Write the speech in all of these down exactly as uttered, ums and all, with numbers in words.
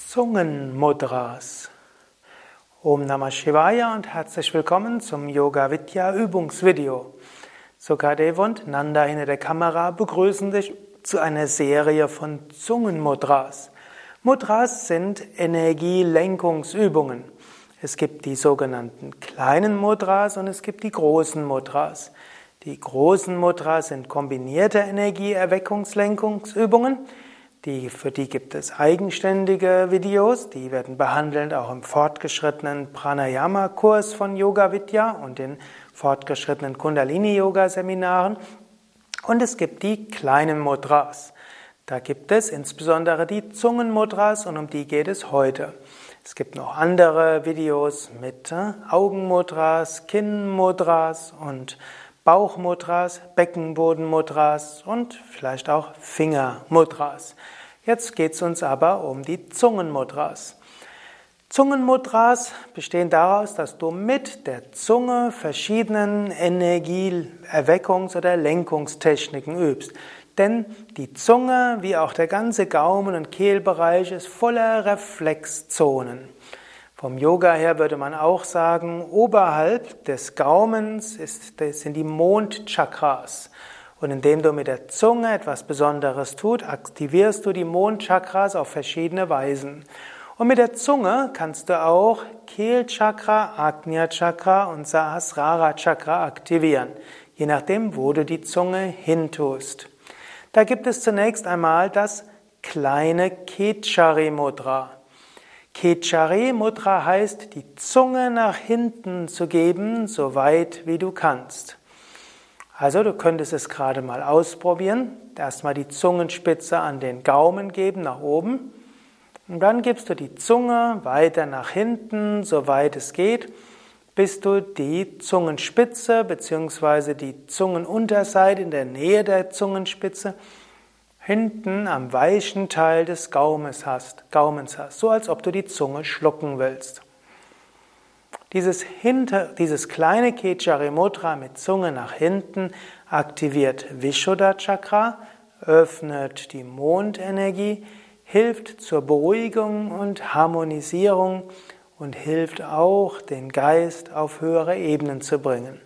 Zungenmudras. Om Namah Shivaya und herzlich willkommen zum Yoga Vidya Übungsvideo. Sukadev und Nanda hinter der Kamera begrüßen dich zu einer Serie von Zungenmudras. Mudras sind Energielenkungsübungen. Es gibt die sogenannten kleinen Mudras und es gibt die großen Mudras. Die großen Mudras sind kombinierte Energieerweckungslenkungsübungen. Die, für die gibt es eigenständige Videos, die werden behandelt auch im fortgeschrittenen Pranayama-Kurs von Yoga Vidya und den fortgeschrittenen Kundalini-Yoga-Seminaren. Und es gibt die kleinen Mudras. Da gibt es insbesondere die Zungenmudras und um die geht es heute. Es gibt noch andere Videos mit äh, Augenmudras, Kinnmudras und Bauchmudras, Beckenbodenmudras und vielleicht auch Fingermudras. Jetzt geht es uns aber um die Zungenmudras. Zungenmudras bestehen daraus, dass du mit der Zunge verschiedenen Energieerweckungs- oder Lenkungstechniken übst. Denn die Zunge, wie auch der ganze Gaumen- und Kehlbereich, ist voller Reflexzonen. Vom Yoga her würde man auch sagen, oberhalb des Gaumens ist, das sind die Mondchakras. Und indem du mit der Zunge etwas Besonderes tust, aktivierst du die Mondchakras auf verschiedene Weisen. Und mit der Zunge kannst du auch Kehlchakra, Ajna-Chakra und Sahasrara-Chakra aktivieren, je nachdem, wo du die Zunge hintust. Da gibt es zunächst einmal das kleine Khechari Mudra. Khechari Mudra heißt, die Zunge nach hinten zu geben, so weit wie du kannst. Also du könntest es gerade mal ausprobieren. Erstmal die Zungenspitze an den Gaumen geben, nach oben. Und dann gibst du die Zunge weiter nach hinten, so weit es geht, bis du die Zungenspitze bzw. die Zungenunterseite in der Nähe der Zungenspitze hinten am weichen Teil des Gaumens hast, Gaumens hast, so als ob du die Zunge schlucken willst. Dieses, hinter, dieses kleine Khechari Mudra mit Zunge nach hinten aktiviert Vishuddha Chakra, öffnet die Mondenergie, hilft zur Beruhigung und Harmonisierung und hilft auch, den Geist auf höhere Ebenen zu bringen.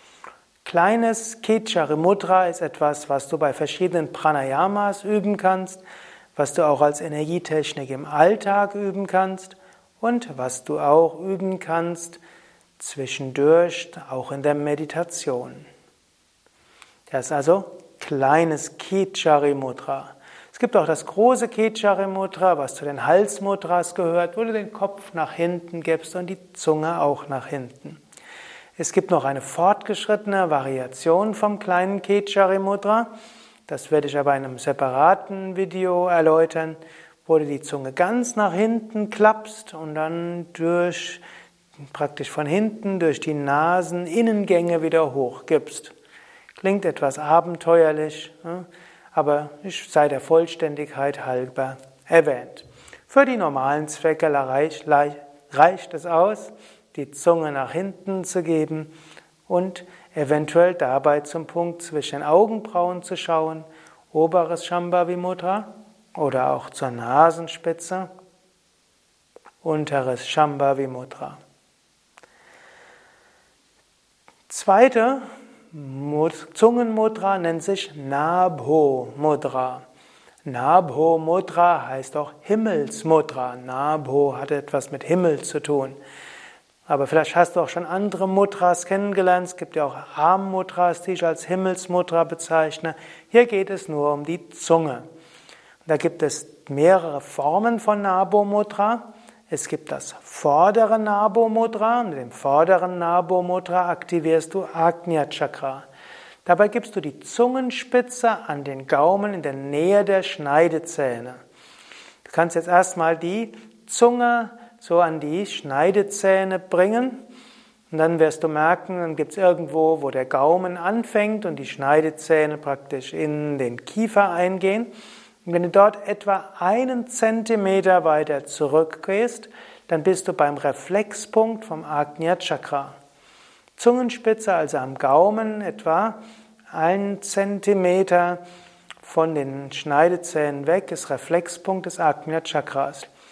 Kleines Khechari Mudra ist etwas, was du bei verschiedenen Pranayamas üben kannst, was du auch als Energietechnik im Alltag üben kannst und was du auch üben kannst zwischendurch, auch in der Meditation. Das ist also kleines Khechari Mudra. Es gibt auch das große Khechari Mudra, was zu den Halsmudras gehört, wo du den Kopf nach hinten gibst und die Zunge auch nach hinten. Es gibt noch eine fortgeschrittene Variation vom kleinen Khechari Mudra. Das werde ich aber in einem separaten Video erläutern, wo du die Zunge ganz nach hinten klappst und dann durch, praktisch von hinten durch die Naseninnengänge wieder hochgibst. Klingt etwas abenteuerlich, aber ich sei der Vollständigkeit halber erwähnt. Für die normalen Zwecke reicht, reicht es aus, die Zunge nach hinten zu geben und eventuell dabei zum Punkt zwischen den Augenbrauen zu schauen, oberes Shambhavi Mudra oder auch zur Nasenspitze, unteres Shambhavi Mudra. Zweite Zungenmudra nennt sich Nabho Mudra. Nabho Mudra heißt auch Himmelsmudra. Nabho hat etwas mit Himmel zu tun. Aber vielleicht hast du auch schon andere Mudras kennengelernt. Es gibt ja auch Armmudras, die ich als Himmelsmudra bezeichne. Hier geht es nur um die Zunge. Da gibt es mehrere Formen von Nabho Mudra. Es gibt das vordere Nabho Mudra. Und in dem vorderen Nabho Mudra aktivierst du Ajna Chakra. Dabei gibst du die Zungenspitze an den Gaumen in der Nähe der Schneidezähne. Du kannst jetzt erstmal die Zunge so an die Schneidezähne bringen und dann wirst du merken, dann gibt es irgendwo, wo der Gaumen anfängt und die Schneidezähne praktisch in den Kiefer eingehen. Und wenn du dort etwa einen Zentimeter weiter zurückgehst, dann bist du beim Reflexpunkt vom Ajna Chakra. Zungenspitze also am Gaumen etwa einen Zentimeter von den Schneidezähnen weg ist Reflexpunkt des Ajna Chakras.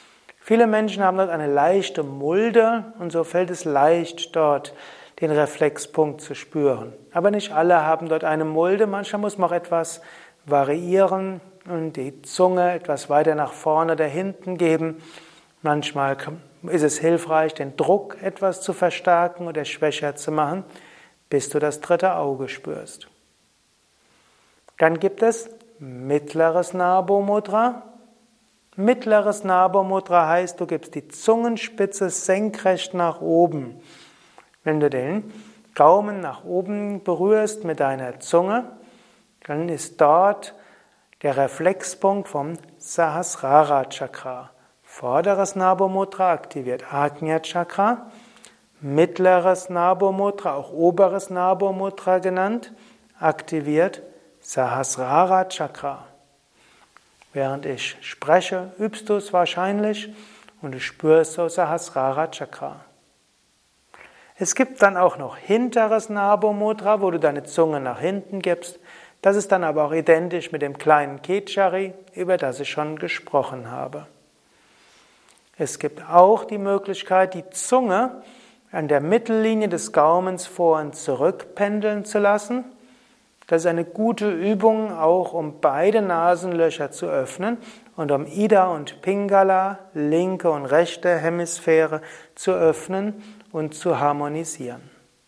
Viele Menschen haben dort eine leichte Mulde und so fällt es leicht, dort den Reflexpunkt zu spüren. Aber nicht alle haben dort eine Mulde, manchmal muss man auch etwas variieren und die Zunge etwas weiter nach vorne oder hinten geben. Manchmal ist es hilfreich, den Druck etwas zu verstärken oder schwächer zu machen, bis du das dritte Auge spürst. Dann gibt es mittleres Nabho Mudra. Mittleres Nabho Mudra heißt, du gibst die Zungenspitze senkrecht nach oben. Wenn du den Gaumen nach oben berührst mit deiner Zunge, dann ist dort der Reflexpunkt vom Sahasrara Chakra. Vorderes Nabho Mudra aktiviert Ajna Chakra, mittleres Nabho Mudra, auch oberes Nabho Mudra genannt, aktiviert Sahasrara Chakra. Während ich spreche, übst du es wahrscheinlich und du spürst so Sahasrara Chakra. Es gibt dann auch noch hinteres Nabho Mudra, wo du deine Zunge nach hinten gibst. Das ist dann aber auch identisch mit dem kleinen Kechari, über das ich schon gesprochen habe. Es gibt auch die Möglichkeit, die Zunge an der Mittellinie des Gaumens vor und zurück pendeln zu lassen. Das ist eine gute Übung, auch um beide Nasenlöcher zu öffnen und um Ida und Pingala, linke und rechte Hemisphäre, zu öffnen und zu harmonisieren.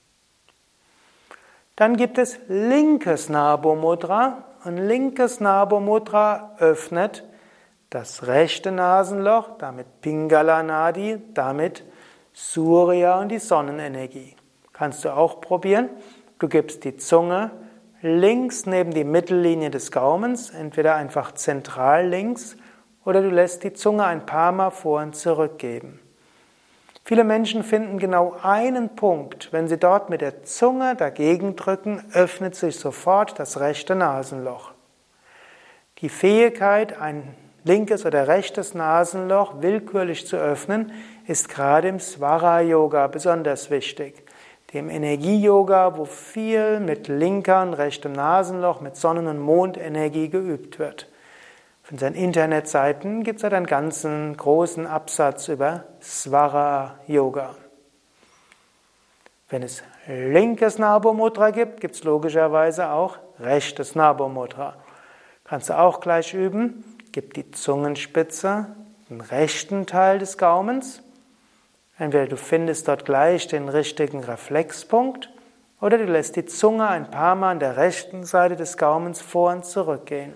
Dann gibt es linkes Nabho Mudra und linkes Nabho Mudra öffnet das rechte Nasenloch, damit Pingala Nadi, damit Surya und die Sonnenenergie. Kannst du auch probieren. Du gibst die Zunge links neben die Mittellinie des Gaumens, entweder einfach zentral links, oder du lässt die Zunge ein paar Mal vor und zurück geben. Viele Menschen finden genau einen Punkt. Wenn sie dort mit der Zunge dagegen drücken, öffnet sich sofort das rechte Nasenloch. Die Fähigkeit, ein linkes oder rechtes Nasenloch willkürlich zu öffnen, ist gerade im Svara-Yoga besonders wichtig. Dem Energie-Yoga, wo viel mit linker und rechtem Nasenloch, mit Sonnen- und Mondenergie geübt wird. Auf unseren Internetseiten gibt es einen ganzen großen Absatz über Svara-Yoga. Wenn es linkes Nabho Mudra gibt, gibt es logischerweise auch rechtes Nabho Mudra. Kannst du auch gleich üben. Gib die Zungenspitze im rechten Teil des Gaumens. Entweder du findest dort gleich den richtigen Reflexpunkt oder du lässt die Zunge ein paar Mal an der rechten Seite des Gaumens vor und zurück gehen.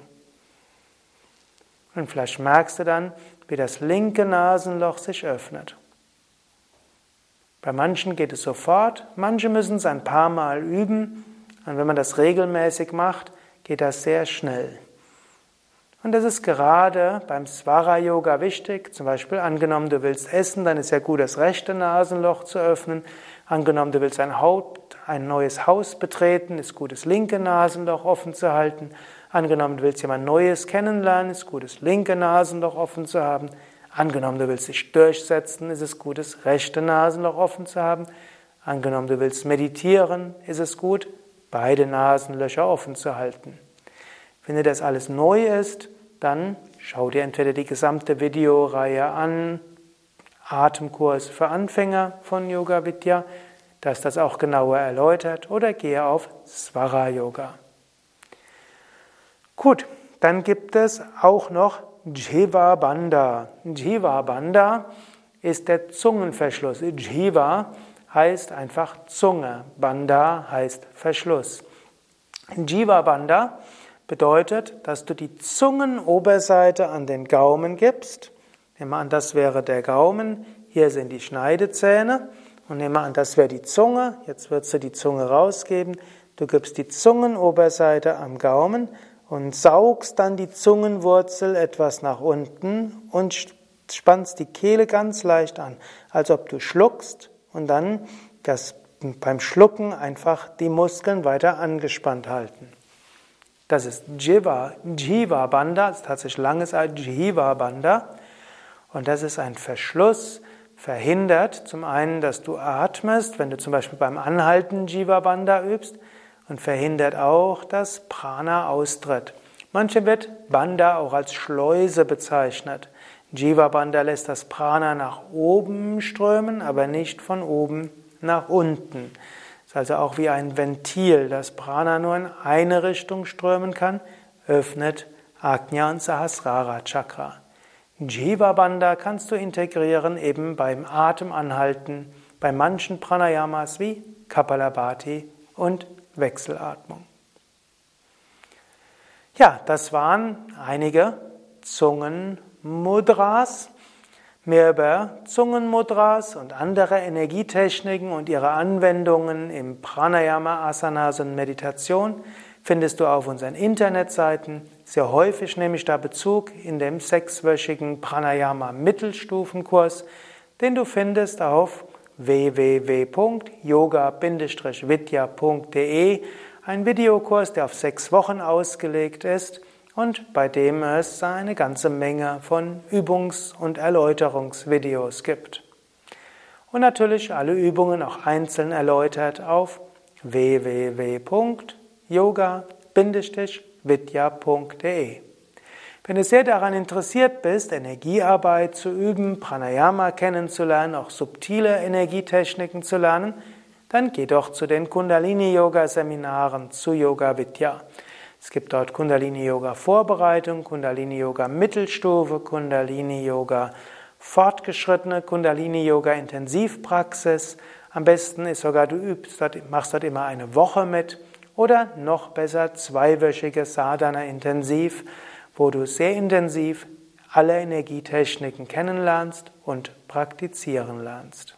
Und vielleicht merkst du dann, wie das linke Nasenloch sich öffnet. Bei manchen geht es sofort, manche müssen es ein paar Mal üben. Und wenn man das regelmäßig macht, geht das sehr schnell. Und das ist gerade beim Svara-Yoga wichtig. Zum Beispiel, angenommen, du willst essen, dann ist ja gut, das rechte Nasenloch zu öffnen. Angenommen, du willst ein, Haut, ein neues Haus betreten, ist gut, das linke Nasenloch offen zu halten. Angenommen, du willst jemand Neues kennenlernen, ist gut, das linke Nasenloch offen zu haben. Angenommen, du willst dich durchsetzen, ist es gut, das rechte Nasenloch offen zu haben. Angenommen, du willst meditieren, ist es gut, beide Nasenlöcher offen zu halten. Wenn dir das alles neu ist, dann schau dir entweder die gesamte Videoreihe an, Atemkurs für Anfänger von Yoga Vidya, das das auch genauer erläutert, oder gehe auf Svara Yoga. Gut, dann gibt es auch noch Jiva Bandha. Jiva Bandha ist der Zungenverschluss. Jiva heißt einfach Zunge, Bandha heißt Verschluss. Jiva Bandha bedeutet, dass du die Zungenoberseite an den Gaumen gibst. Nehmen wir an, das wäre der Gaumen, hier sind die Schneidezähne. Und nehmen wir an, das wäre die Zunge, jetzt würdest du die Zunge rausgeben. Du gibst die Zungenoberseite am Gaumen und saugst dann die Zungenwurzel etwas nach unten und spannst die Kehle ganz leicht an, als ob du schluckst und dann das, beim Schlucken einfach die Muskeln weiter angespannt halten. Das ist Jiva, Jiva Bandha, das ist tatsächlich langes Jiva Bandha. Und das ist ein Verschluss, verhindert zum einen, dass du atmest, wenn du zum Beispiel beim Anhalten Jiva Bandha übst, und verhindert auch, dass Prana austritt. Manche wird Bandha auch als Schleuse bezeichnet. Jiva Bandha lässt das Prana nach oben strömen, aber nicht von oben nach unten. Es ist also auch wie ein Ventil, das Prana nur in eine Richtung strömen kann, öffnet Ajna und Sahasrara Chakra. Jiva Bandha kannst du integrieren eben beim Atemanhalten, bei manchen Pranayamas wie Kapalabhati und Wechselatmung. Ja, das waren einige Zungenmudras. Mehr über Zungenmudras und andere Energietechniken und ihre Anwendungen im Pranayama, Asanas und Meditation findest du auf unseren Internetseiten. Sehr häufig nehme ich da Bezug in dem sechswöchigen Pranayama Mittelstufenkurs, den du findest auf w w w punkt yoga Bindestrich vidya punkt de, ein Videokurs, der auf sechs Wochen ausgelegt ist und bei dem es eine ganze Menge von Übungs- und Erläuterungsvideos gibt. Und natürlich alle Übungen auch einzeln erläutert auf w w w punkt yoga Bindestrich vidya punkt de. Wenn du sehr daran interessiert bist, Energiearbeit zu üben, Pranayama kennenzulernen, auch subtile Energietechniken zu lernen, dann geh doch zu den Kundalini-Yoga-Seminaren zu Yoga Vidya. Es gibt dort Kundalini-Yoga-Vorbereitung, Kundalini-Yoga-Mittelstufe, Kundalini-Yoga fortgeschrittene, Kundalini-Yoga-Intensivpraxis. Am besten ist sogar, du übst dort, machst dort immer eine Woche mit oder noch besser zweiwöchiges Sadhana-Intensiv, wo du sehr intensiv alle Energietechniken kennenlernst und praktizieren lernst.